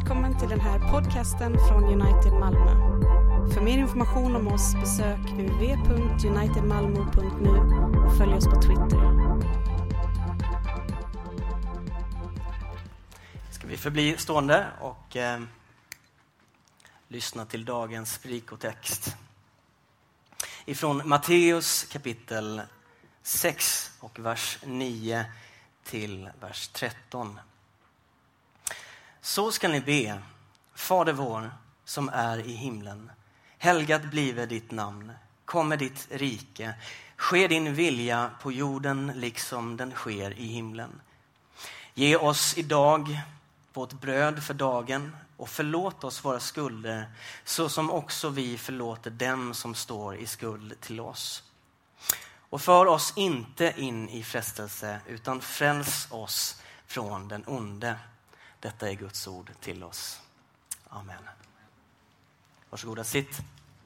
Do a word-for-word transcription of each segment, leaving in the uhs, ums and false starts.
Välkommen till den här podcasten från United Malmö. För mer information om oss besök w w w punkt united malmo punkt n u och följ oss på Twitter. Ska vi förbli stående och eh, lyssna till dagens predikotext. Ifrån Matteus kapitel sex och vers nio till vers tretton. Så ska ni be: Fader vår som är i himlen, helgat blive ditt namn, komme ditt rike, ske din vilja på jorden liksom den sker i himlen. Ge oss idag vårt bröd för dagen och förlåt oss våra skulder så som också vi förlåter dem som står i skuld till oss. Och för oss inte in i frestelse utan fräls oss från den onde. Detta är Guds ord till oss. Amen. Varsågoda, sitt.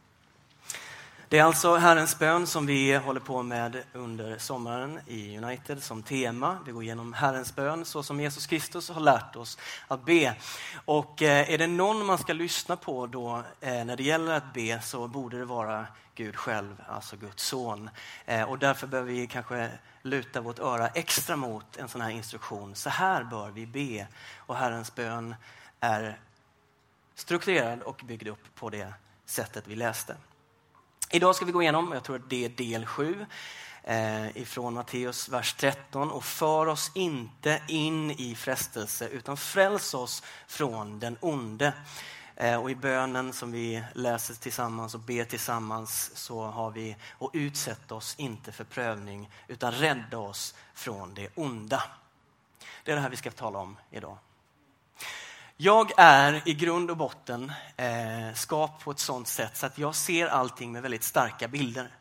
Det är alltså Herrens bön som vi håller på med under sommaren i United som tema. Vi går igenom Herrens bön så som Jesus Kristus har lärt oss att be. Och är det någon man ska lyssna på då när det gäller att be, så borde det vara Gud själv, alltså Guds son. Och därför behöver vi kanske luta vårt öra extra mot en sån här instruktion. Så här bör vi be. Och Herrens bön är strukturerad och byggd upp på det sättet vi läste. Idag ska vi gå igenom, jag tror att det är del sju eh, ifrån Matteus vers tretton. Och för oss inte in i frestelse utan fräls oss från den onde. Eh, och i bönen som vi läser tillsammans och ber tillsammans så har vi: och utsätt oss inte för prövning utan rädda oss från det onda. Det är det här vi ska tala om idag. Jag är i grund och botten eh, skapt på ett sånt sätt så att jag ser allting med väldigt starka bilder.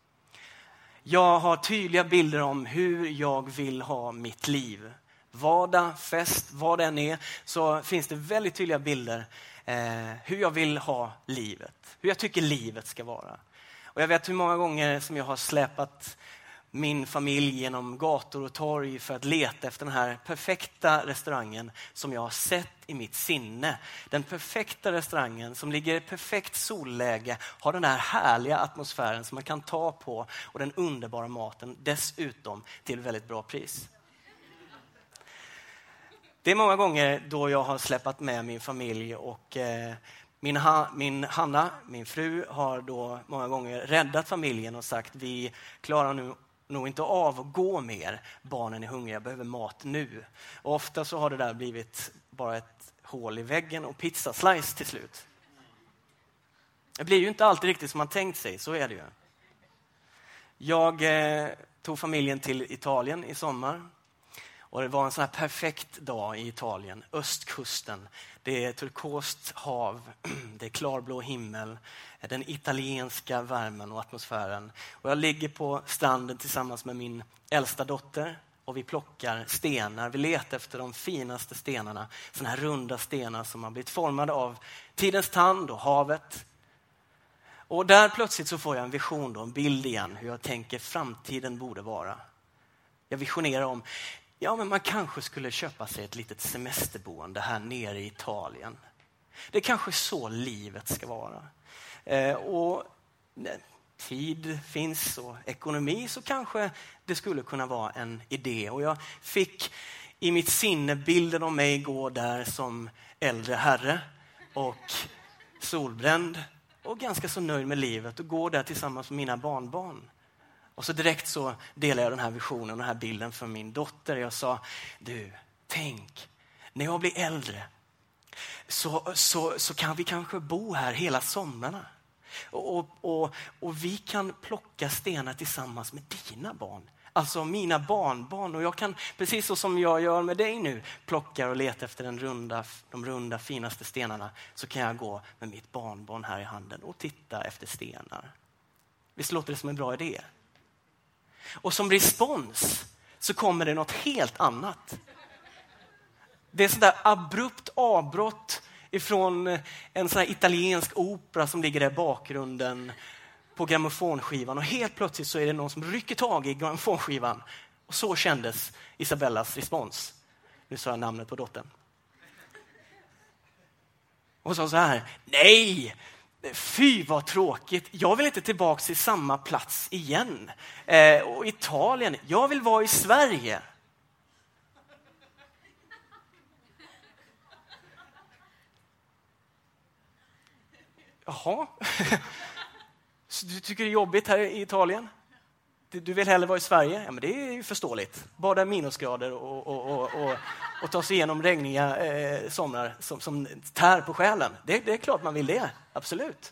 Jag har tydliga bilder om hur jag vill ha mitt liv. Vardag, fest, vad det än är, så finns det väldigt tydliga bilder eh, hur jag vill ha livet. Hur jag tycker livet ska vara. Och jag vet hur många gånger som jag har släpat min familj genom gator och torg för att leta efter den här perfekta restaurangen som jag har sett i mitt sinne. Den perfekta restaurangen som ligger i perfekt solläge, har den här härliga atmosfären som man kan ta på och den underbara maten dessutom till väldigt bra pris. Det är många gånger då jag har släppt med min familj och eh, min, ha, min Hanna, min fru, har då många gånger räddat familjen och sagt: vi klarar nu nog inte av att gå mer. Barnen är hungriga, behöver mat nu. Och ofta så har det där blivit bara ett hål i väggen och pizzaslice till slut. Det blir ju inte alltid riktigt som man tänkt sig, så är det ju. Jag eh, tog familjen till Italien i sommar. Och det var en sån här perfekt dag i Italien. Östkusten. Det är turkost hav. Det är klarblå himmel. Den italienska värmen och atmosfären. Och jag ligger på stranden tillsammans med min äldsta dotter. Och vi plockar stenar. Vi letar efter de finaste stenarna. Såna här runda stenar som har blivit formade av tidens tand och havet. Och där plötsligt så får jag en vision då, en bild igen. Hur jag tänker framtiden borde vara. Jag visionerar om: ja, men man kanske skulle köpa sig ett litet semesterboende här nere i Italien. Det är kanske så livet ska vara. Eh, och när tid finns och ekonomi, så kanske det skulle kunna vara en idé. Och jag fick i mitt sinne bilden av mig gå där som äldre herre och solbränd och ganska så nöjd med livet och gå där tillsammans med mina barnbarn. Och så direkt så delade jag den här visionen, den här bilden för min dotter. Jag sa: du, tänk, när jag blir äldre så, så, så kan vi kanske bo här hela somrarna. Och, och, och, och vi kan plocka stenar tillsammans med dina barn. Alltså mina barnbarn. Och jag kan, precis så som jag gör med dig nu, plocka och leta efter den runda, de runda finaste stenarna. Så kan jag gå med mitt barnbarn här i handen och titta efter stenar. Visst låter det som en bra idé? Och som respons så kommer det något helt annat. Det är sådär abrupt avbrott ifrån en sån här italiensk opera som ligger där i bakgrunden på grammofonskivan. Och helt plötsligt så är det någon som rycker tag i grammofonskivan. Och så kändes Isabellas respons. Nu sa jag namnet på dottern. Och sa så här: nej, fy vad tråkigt. Jag vill inte tillbaka till samma plats igen. Eh, och Italien, jag vill vara i Sverige. Jaha. Så du tycker det är jobbigt här i Italien? Du vill hellre vara i Sverige? Ja, men det är ju förståeligt. Bada minusgrader och, och, och, och, och ta sig igenom regniga eh, somrar som, som tär på själen. Det, det är klart man vill det, absolut.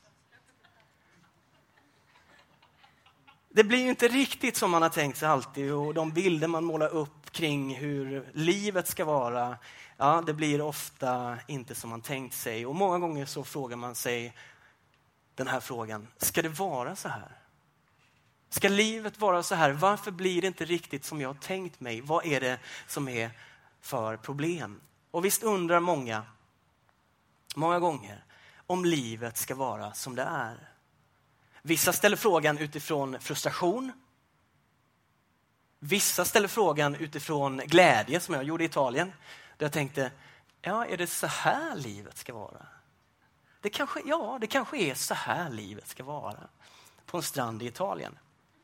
Det blir ju inte riktigt som man har tänkt sig alltid, och de bilder man målar upp kring hur livet ska vara, ja, det blir ofta inte som man tänkt sig. Och många gånger så frågar man sig den här frågan: ska det vara så här? Ska livet vara så här? Varför blir det inte riktigt som jag har tänkt mig? Vad är det som är för problem? Och visst undrar många, många gånger, om livet ska vara som det är. Vissa ställer frågan utifrån frustration. Vissa ställer frågan utifrån glädje, som jag gjorde i Italien. Där jag tänkte, ja, är det så här livet ska vara? Det kanske, ja, det kanske är så här livet ska vara. På en strand i Italien.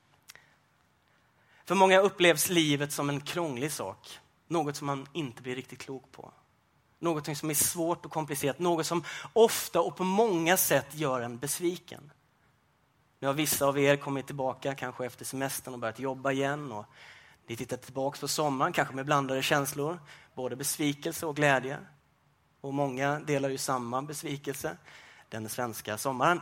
För många upplevs livet som en krånglig sak. Något som man inte blir riktigt klok på. Något som är svårt och komplicerat. Något som ofta och på många sätt gör en besviken. Nu har vissa av er kommit tillbaka kanske efter semestern och börjat jobba igen. Och ni tittar tillbaka på sommaren, kanske med blandade känslor. Både besvikelse och glädje. Och många delar ju samma besvikelse. Den svenska sommaren.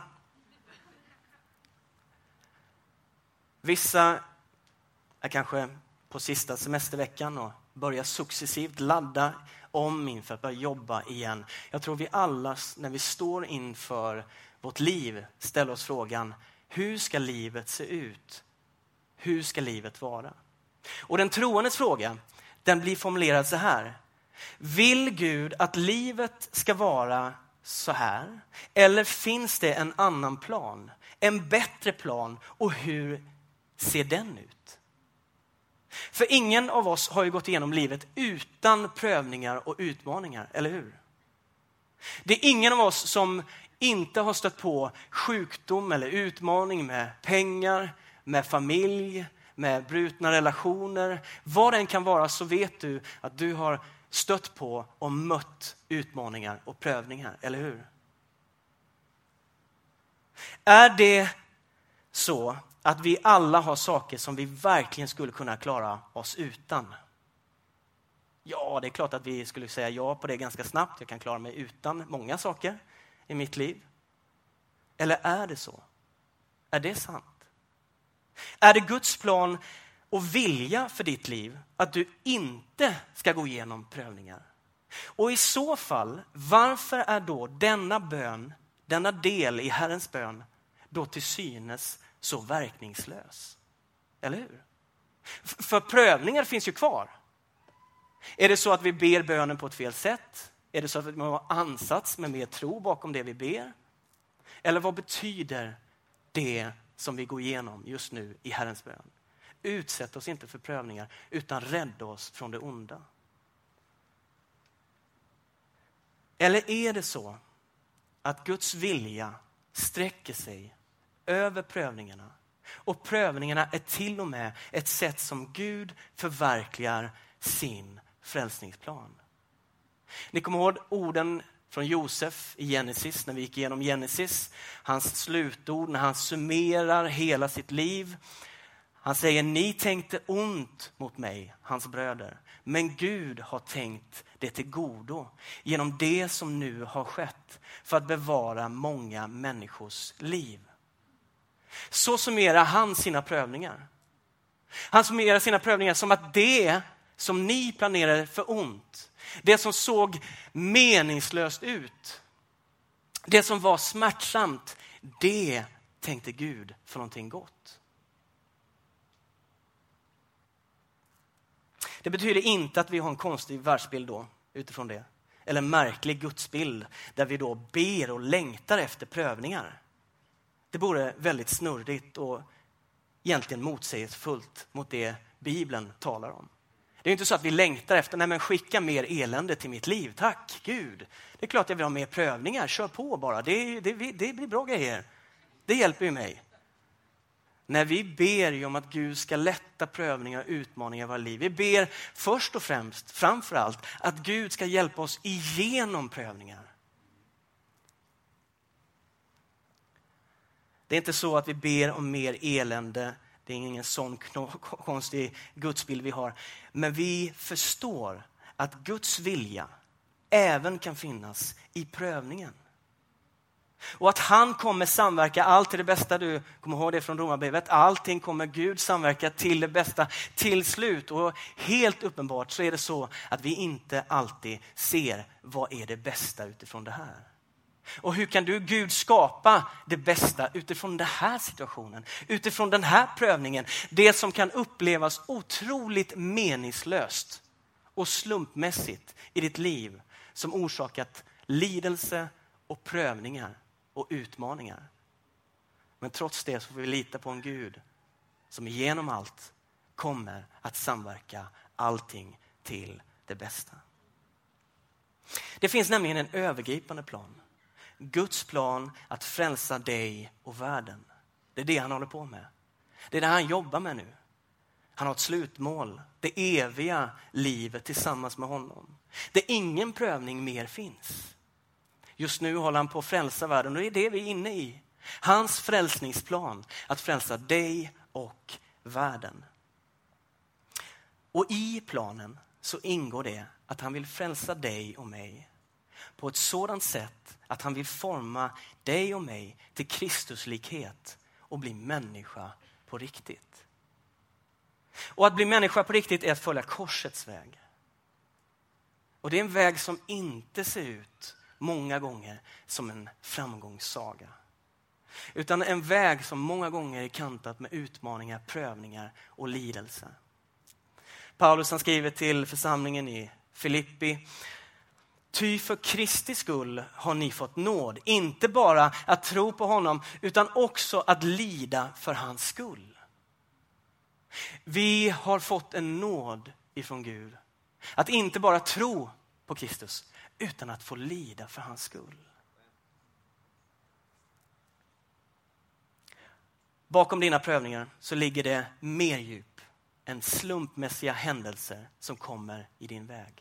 Vissa är kanske på sista semesterveckan och börjar successivt ladda om inför att börja jobba igen. Jag tror vi alla, när vi står inför vårt liv, ställer oss frågan: hur ska livet se ut? Hur ska livet vara? Och den troendes fråga, den blir formulerad så här: vill Gud att livet ska vara så här? Eller finns det en annan plan? En bättre plan? Och hur ser den ut? För ingen av oss har ju gått igenom livet utan prövningar och utmaningar, eller hur? Det är ingen av oss som inte har stött på sjukdom eller utmaning med pengar, med familj, med brutna relationer. Vad det än kan vara, så vet du att du har stött på och mött utmaningar och prövningar, eller hur? Är det så att vi alla har saker som vi verkligen skulle kunna klara oss utan? Ja, det är klart att vi skulle säga ja på det ganska snabbt. Jag kan klara mig utan många saker i mitt liv. Eller är det så? Är det sant? Är det Guds plan och vilja för ditt liv att du inte ska gå igenom prövningar? Och i så fall, varför är då denna bön, denna del i Herrens bön, då till synes så verkningslös? Eller hur? För prövningar finns ju kvar. Är det så att vi ber bönen på ett fel sätt? Är det så att vi har ansats med mer tro bakom det vi ber? Eller vad betyder det som vi går igenom just nu i Herrens bön? Utsätt oss inte för prövningar, utan rädda oss från det onda. Eller är det så att Guds vilja sträcker sig över prövningarna, och prövningarna är till och med ett sätt som Gud förverkligar sin frälsningsplan? Ni kommer ihåg orden från Josef i Genesis, när vi gick igenom Genesis. Hans slutord när han summerar hela sitt liv. Han säger: ni tänkte ont mot mig, hans bröder. Men Gud har tänkt det till godo genom det som nu har skett, för att bevara många människors liv. Så summerar han sina prövningar. Han summerar sina prövningar som att det som ni planerade för ont, det som såg meningslöst ut, det som var smärtsamt, det tänkte Gud för någonting gott. Det betyder inte att vi har en konstig världsbild då utifrån det. Eller en märklig gudsbild där vi då ber och längtar efter prövningar. Det vore väldigt snurrigt och egentligen motsägelsefullt mot det Bibeln talar om. Det är inte så att vi längtar efter, nej men skicka mer elände till mitt liv. Tack Gud. Det är klart jag vill ha mer prövningar. Kör på bara. Det, det, det blir bra grejer. Det hjälper ju mig. När vi ber ju om att Gud ska lätta prövningar och utmaningar i våra liv. Vi ber först och främst, framförallt, att Gud ska hjälpa oss igenom prövningar. Det är inte så att vi ber om mer elände. Det är ingen sån konstig gudsbild vi har. Men vi förstår att Guds vilja även kan finnas i prövningen. Och att han kommer samverka allt till det bästa. Du kommer ihåg det från Romarbrevet. Allting kommer Gud samverka till det bästa till slut. Och helt uppenbart så är det så att vi inte alltid ser vad är det bästa utifrån det här. Och hur kan du, Gud, skapa det bästa utifrån den här situationen? Utifrån den här prövningen. Det som kan upplevas otroligt meningslöst och slumpmässigt i ditt liv. Som orsakat lidelse och prövningar och utmaningar. Men trots det så får vi lita på en Gud som genom allt kommer att samverka allting till det bästa. Det finns nämligen en övergripande plan. Guds plan att frälsa dig och världen. Det är det han håller på med. Det är det han jobbar med nu. Han har ett slutmål. Det eviga livet tillsammans med honom. Det ingen prövning mer finns. Just nu håller han på att frälsa världen och det är det vi är inne i. Hans frälsningsplan att frälsa dig och världen. Och i planen så ingår det att han vill frälsa dig och mig på ett sådant sätt att han vill forma dig och mig till Kristuslikhet och bli människa på riktigt. Och att bli människa på riktigt är att följa korsets väg. Och det är en väg som inte ser ut många gånger som en framgångssaga. Utan en väg som många gånger är kantat med utmaningar, prövningar och lidelse. Paulus han skriver till församlingen i Filippi: ty för Kristi skull har ni fått nåd. Inte bara att tro på honom utan också att lida för hans skull. Vi har fått en nåd ifrån Gud. Att inte bara tro på Kristus utan att få lida för hans skull. Bakom dina prövningar så ligger det mer djup än slumpmässiga händelser som kommer i din väg.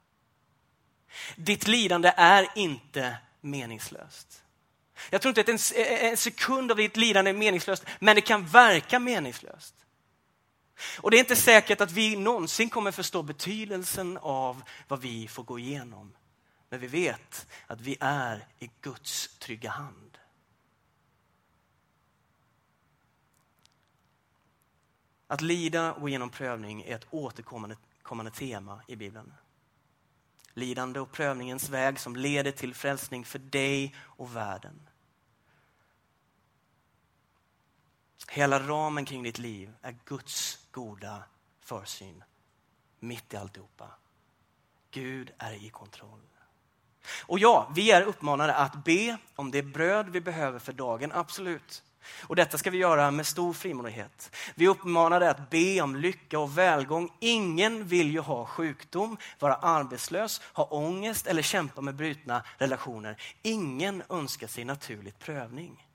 Ditt lidande är inte meningslöst. Jag tror inte att en, en sekund av ditt lidande är meningslöst, men det kan verka meningslöst. Och det är inte säkert att vi någonsin kommer förstå betydelsen av vad vi får gå igenom. Men vi vet att vi är i Guds trygga hand. Att lida och genom prövning är ett återkommande kommande tema i Bibeln. Lidande och prövningens väg som leder till frälsning för dig och världen. Hela ramen kring ditt liv är Guds goda försyn. Mitt i alltihopa. Gud är i kontroll. Och ja, vi är uppmanade att be om det bröd vi behöver för dagen, absolut. Och detta ska vi göra med stor frimodighet. Vi är uppmanade att be om lycka och välgång. Ingen vill ju ha sjukdom, vara arbetslös, ha ångest eller kämpa med brutna relationer. Ingen önskar sig naturligt prövning.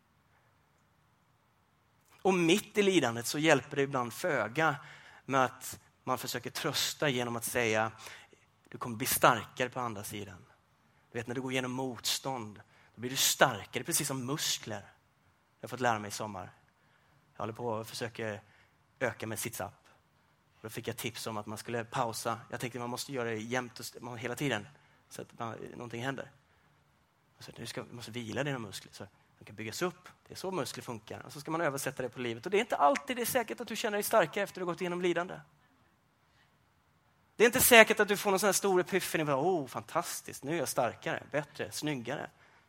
Och mitt i lidandet så hjälper det ibland föga med att man försöker trösta genom att säga du kommer bli starkare på andra sidan. Du vet, när du går igenom motstånd då blir du starkare, precis som muskler. Jag har fått lära mig i sommar. Jag håller på att försöka öka med sit-up. Då fick jag tips om att man skulle pausa. Jag tänkte att man måste göra det jämt och hela tiden så att man, någonting händer. Så du ska, måste vila dina muskler så de kan byggas upp. Det är så muskler funkar. Och så ska man översätta det på livet. Och det är inte alltid det är säkert att du känner dig starkare efter att du har gått igenom lidande. Det är inte säkert att du får någon sån här stor epiphany. Åh, oh, fantastiskt. Nu är jag starkare, bättre, snyggare.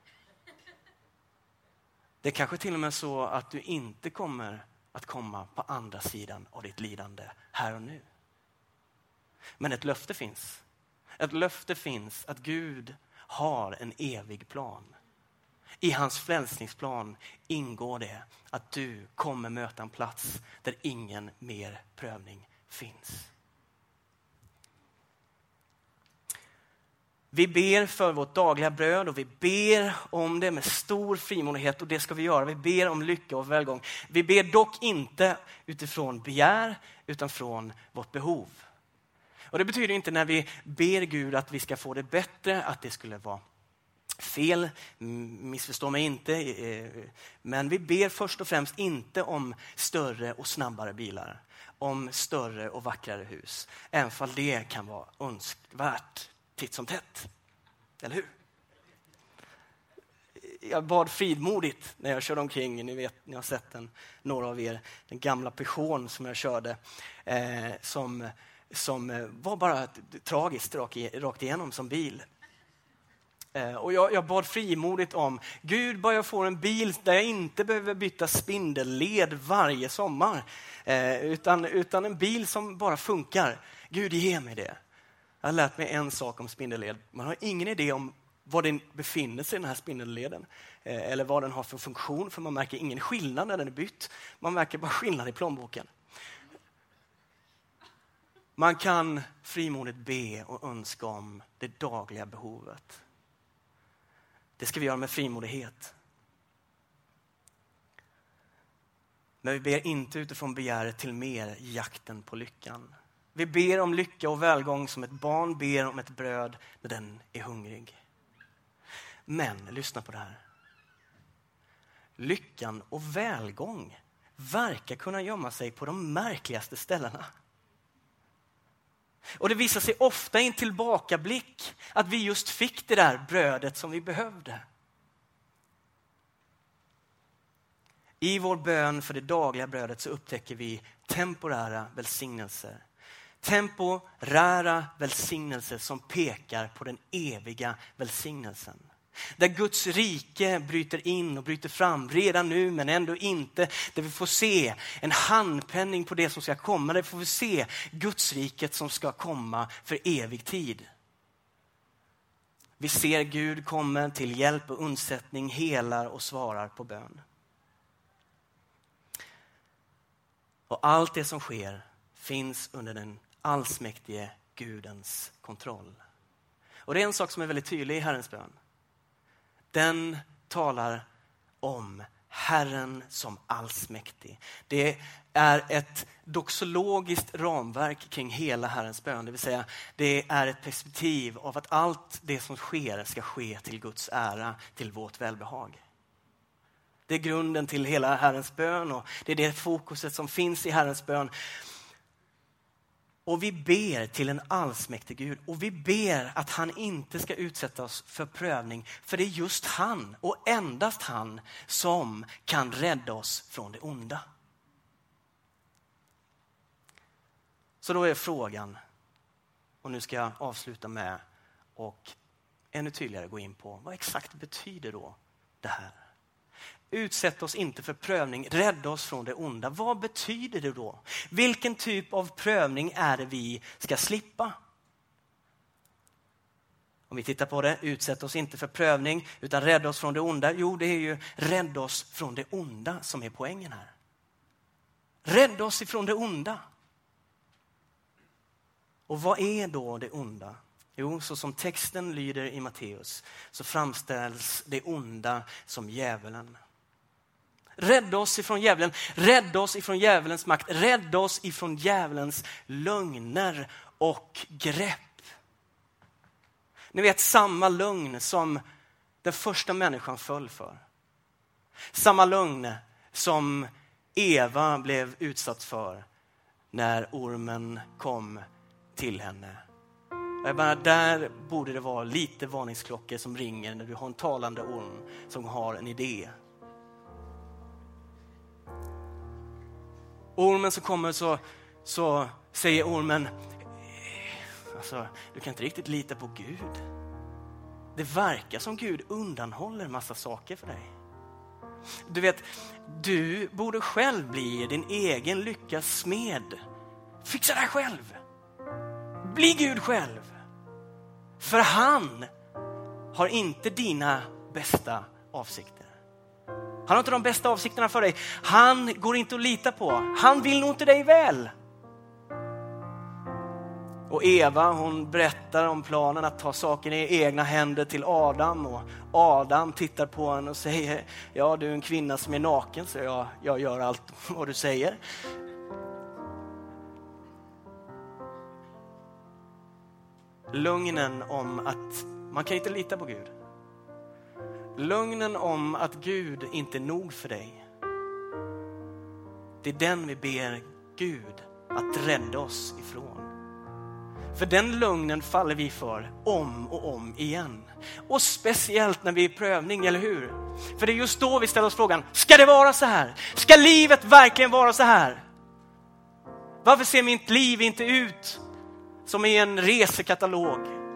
Det är kanske till och med så att du inte kommer att komma på andra sidan av ditt lidande här och nu. Men ett löfte finns. Ett löfte finns att Gud har en evig plan. I hans frälsningsplan ingår det att du kommer möta en plats där ingen mer prövning finns. Vi ber för vårt dagliga bröd och vi ber om det med stor frimodighet och det ska vi göra. Vi ber om lycka och välgång. Vi ber dock inte utifrån begär utan från vårt behov. Och det betyder inte när vi ber Gud att vi ska få det bättre, att det skulle vara fel, missförstå mig inte. Men vi ber först och främst inte om större och snabbare bilar. Om större och vackrare hus. Även fall det kan vara önskvärt titt som tätt. Eller hur? Jag bad fridmodigt när jag körde omkring. Ni vet, ni har sett den, några av er. Den gamla Peugeot som jag körde. Eh, som, som var bara tragiskt rakt igenom som bil. Eh, och jag, jag bad frimodigt om Gud, bara jag får en bil där jag inte behöver byta spindelled varje sommar. Eh, utan, utan en bil som bara funkar. Gud, ge mig det. Jag har lärt mig en sak om spindelled. Man har ingen idé om var den befinner sig, den här spindelleden. Eh, eller vad den har för funktion. För man märker ingen skillnad när den är bytt. Man märker bara skillnad i plånboken. Man kan frimodigt be och önska om det dagliga behovet. Det ska vi göra med frimodighet. Men vi ber inte utifrån begäret till mer jakten på lyckan. Vi ber om lycka och välgång som ett barn ber om ett bröd när den är hungrig. Men, lyssna på det här. Lyckan och välgång verkar kunna gömma sig på de märkligaste ställena. Och det visar sig ofta i en tillbakablick att vi just fick det där brödet som vi behövde. I vår bön för det dagliga brödet så upptäcker vi temporära välsignelser. Temporära välsignelser som pekar på den eviga välsignelsen. Där Guds rike bryter in och bryter fram redan nu men ändå inte. Där vi får se en handpenning på det som ska komma. Där vi får se Guds riket som ska komma för evig tid. Vi ser Gud komma till hjälp och undsättning, helar och svarar på bön. Och allt det som sker finns under den allsmäktige Gudens kontroll. Och det är en sak som är väldigt tydlig i Herrens bön. Den talar om Herren som allsmäktig. Det är ett doxologiskt ramverk kring hela Herrens bön. Det vill säga, det är ett perspektiv av att allt det som sker ska ske till Guds ära, till vårt välbehag. Det är grunden till hela Herrens bön och det är det fokuset som finns i Herrens bön. Och vi ber till en allsmäktig Gud och vi ber att han inte ska utsätta oss för prövning. För det är just han och endast han som kan rädda oss från det onda. Så då är frågan, och nu ska jag avsluta med och ännu tydligare gå in på vad exakt betyder då det här. Utsätt oss inte för prövning, rädda oss från det onda. Vad betyder det då? Vilken typ av prövning är det vi ska slippa? Om vi tittar på det, utsätt oss inte för prövning utan rädda oss från det onda. Jo, det är ju rädda oss från det onda som är poängen här. Rädda oss ifrån det onda. Och vad är då det onda? Jo, så som texten lyder i Matteus så framställs det onda som djävulen. Rädda oss ifrån djävulen, rädda oss ifrån djävulens makt, rädda oss ifrån djävulens lögner och grepp. Ni vet samma lögn som den första människan föll för. Samma lögn som Eva blev utsatt för när ormen kom till henne. Jag bara, där borde det vara lite varningsklockor som ringer när du har en talande orm som har en idé. Ormen som kommer så, så säger ormen, alltså, du kan inte riktigt lita på Gud. Det verkar som Gud undanhåller massa saker för dig. Du vet, du borde själv bli din egen lyckas smed. Fixa det här själv. Bli Gud själv. För han har inte dina bästa avsikter. Han har inte de bästa avsikterna för dig. Han går inte att lita på. Han vill nog inte dig väl. Och Eva, hon berättar om planen att ta saken i egna händer till Adam. Och Adam tittar på henne och säger, ja, du är en kvinna som är naken, så jag, jag gör allt vad du säger. Lögnen om att man kan inte lita på Gud. Lögnen om att Gud inte är nog för dig. Det är den vi ber Gud att rädda oss ifrån. För den lögnen faller vi för om och om igen. Och speciellt när vi är i prövning, eller hur? För det är just då vi ställer oss frågan, ska det vara så här? Ska livet verkligen vara så här? Varför ser mitt liv inte ut som i en resekatalog?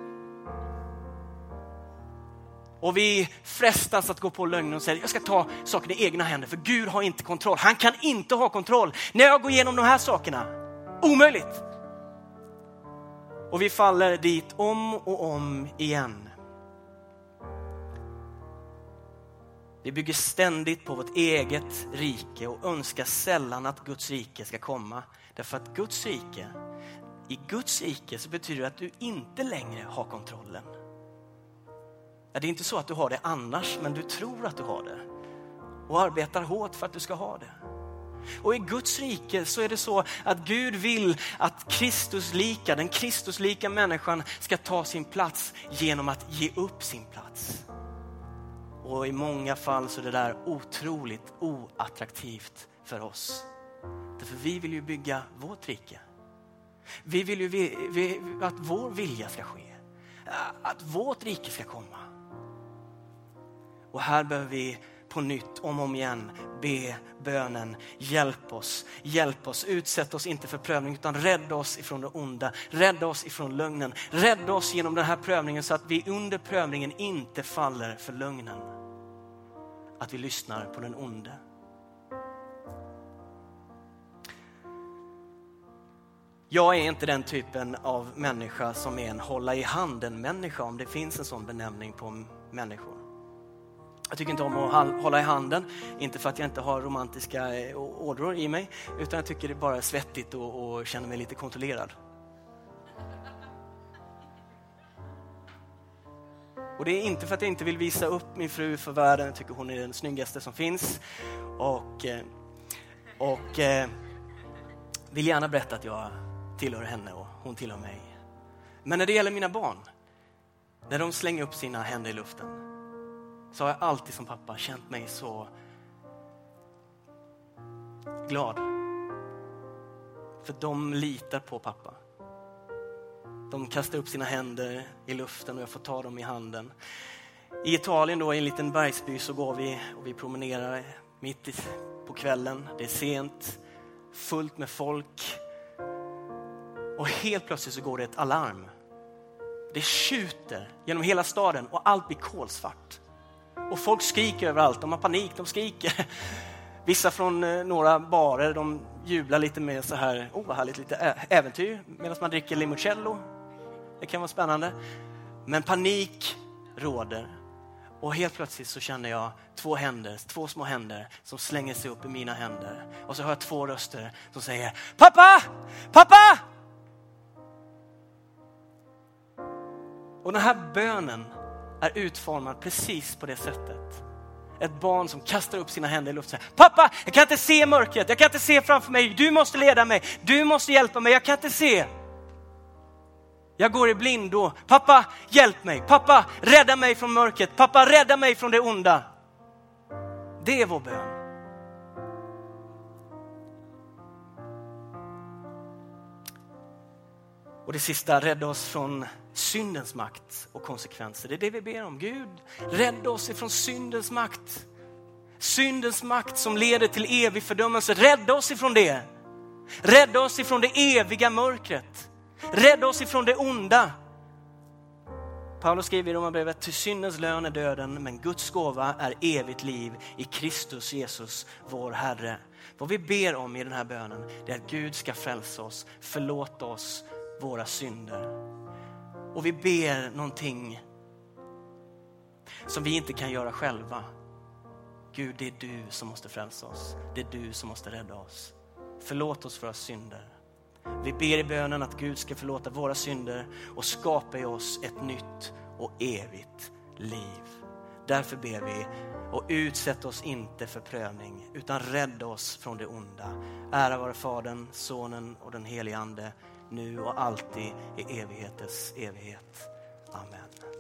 Och vi frestas att gå på lögnen och säga, jag ska ta saker i egna händer, för Gud har inte kontroll. Han kan inte ha kontroll när jag går igenom de här sakerna. Omöjligt. Och vi faller dit om och om igen. Vi bygger ständigt på vårt eget rike och önskar sällan att Guds rike ska komma. Därför att Guds rike, i Guds rike så betyder det att du inte längre har kontrollen. Det är inte så att du har det annars, men du tror att du har det. Och arbetar hårt för att du ska ha det. Och i Guds rike så är det så att Gud vill att Kristuslika, den Kristuslika människan ska ta sin plats genom att ge upp sin plats. Och i många fall så är det där otroligt oattraktivt för oss. Därför vi vill ju bygga vårt rike. Vi vill ju vi, vi, att vår vilja ska ske. Att vårt rike ska komma. Och här behöver vi på nytt, om och om igen, be bönen, hjälp oss, hjälp oss, utsätt oss inte för prövning utan rädda oss ifrån det onda, rädda oss ifrån lögnen, rädda oss genom den här prövningen så att vi under prövningen inte faller för lögnen. Att vi lyssnar på den onde. Jag är inte den typen av människa som är en hålla i handen människa, om det finns en sån benämning på människor. Jag tycker inte om att hålla i handen, inte för att jag inte har romantiska ådror i mig, utan jag tycker det bara är svettigt och, och känner mig lite kontrollerad. Och det är inte för att jag inte vill visa upp min fru för världen, jag tycker hon är den snyggaste som finns. Och, och vill gärna berätta att jag tillhör henne och hon tillhör mig. Men när det gäller mina barn, när de slänger upp sina händer i luften, så har jag alltid som pappa känt mig så glad. För de litar på pappa. De kastar upp sina händer i luften och jag får ta dem i handen. I Italien då, i en liten bergsby, så går vi och vi promenerar mitt på kvällen. Det är sent, fullt med folk. Och helt plötsligt så går det ett alarm. Det tjuter genom hela staden och allt blir kolsvart. Och folk skriker överallt, de har panik, de skriker. Vissa från några barer, de jublar lite med så här, oh vad härligt, lite äventyr medan man dricker limoncello. Det kan vara spännande. Men panik råder. Och helt plötsligt så känner jag två händer, två små händer som slänger sig upp i mina händer. Och så hör jag två röster som säger, pappa! Pappa! Och den här bönen är utformad precis på det sättet. Ett barn som kastar upp sina händer i luften och säger, pappa, jag kan inte se mörkret, jag kan inte se framför mig, du måste leda mig, du måste hjälpa mig, jag kan inte se. Jag går i blindo, pappa, hjälp mig, pappa, rädda mig från mörkret, pappa, rädda mig från det onda. Det är vår bön. Och det sista, rädda oss från syndens makt och konsekvenser. Det är det vi ber om. Gud, rädda oss ifrån syndens makt. Syndens makt som leder till evig fördömelse. Rädda oss ifrån det. Rädda oss ifrån det eviga mörkret. Rädda oss ifrån det onda. Paulus skriver i Romarbrevet, till syndens lön är döden, men Guds gåva är evigt liv i Kristus Jesus, vår Herre. Vad vi ber om i den här bönen, det är att Gud ska frälsa oss, förlåta oss våra synder. Och vi ber någonting som vi inte kan göra själva. Gud, det är du som måste frälsa oss. Det är du som måste rädda oss. Förlåt oss för våra synder. Vi ber i bönen att Gud ska förlåta våra synder och skapa i oss ett nytt och evigt liv. Därför ber vi, och utsätt oss inte för prövning utan rädda oss från det onda. Ära vare Fadern, Sonen och den helige Ande, nu och alltid i evighetens evighet. Amen.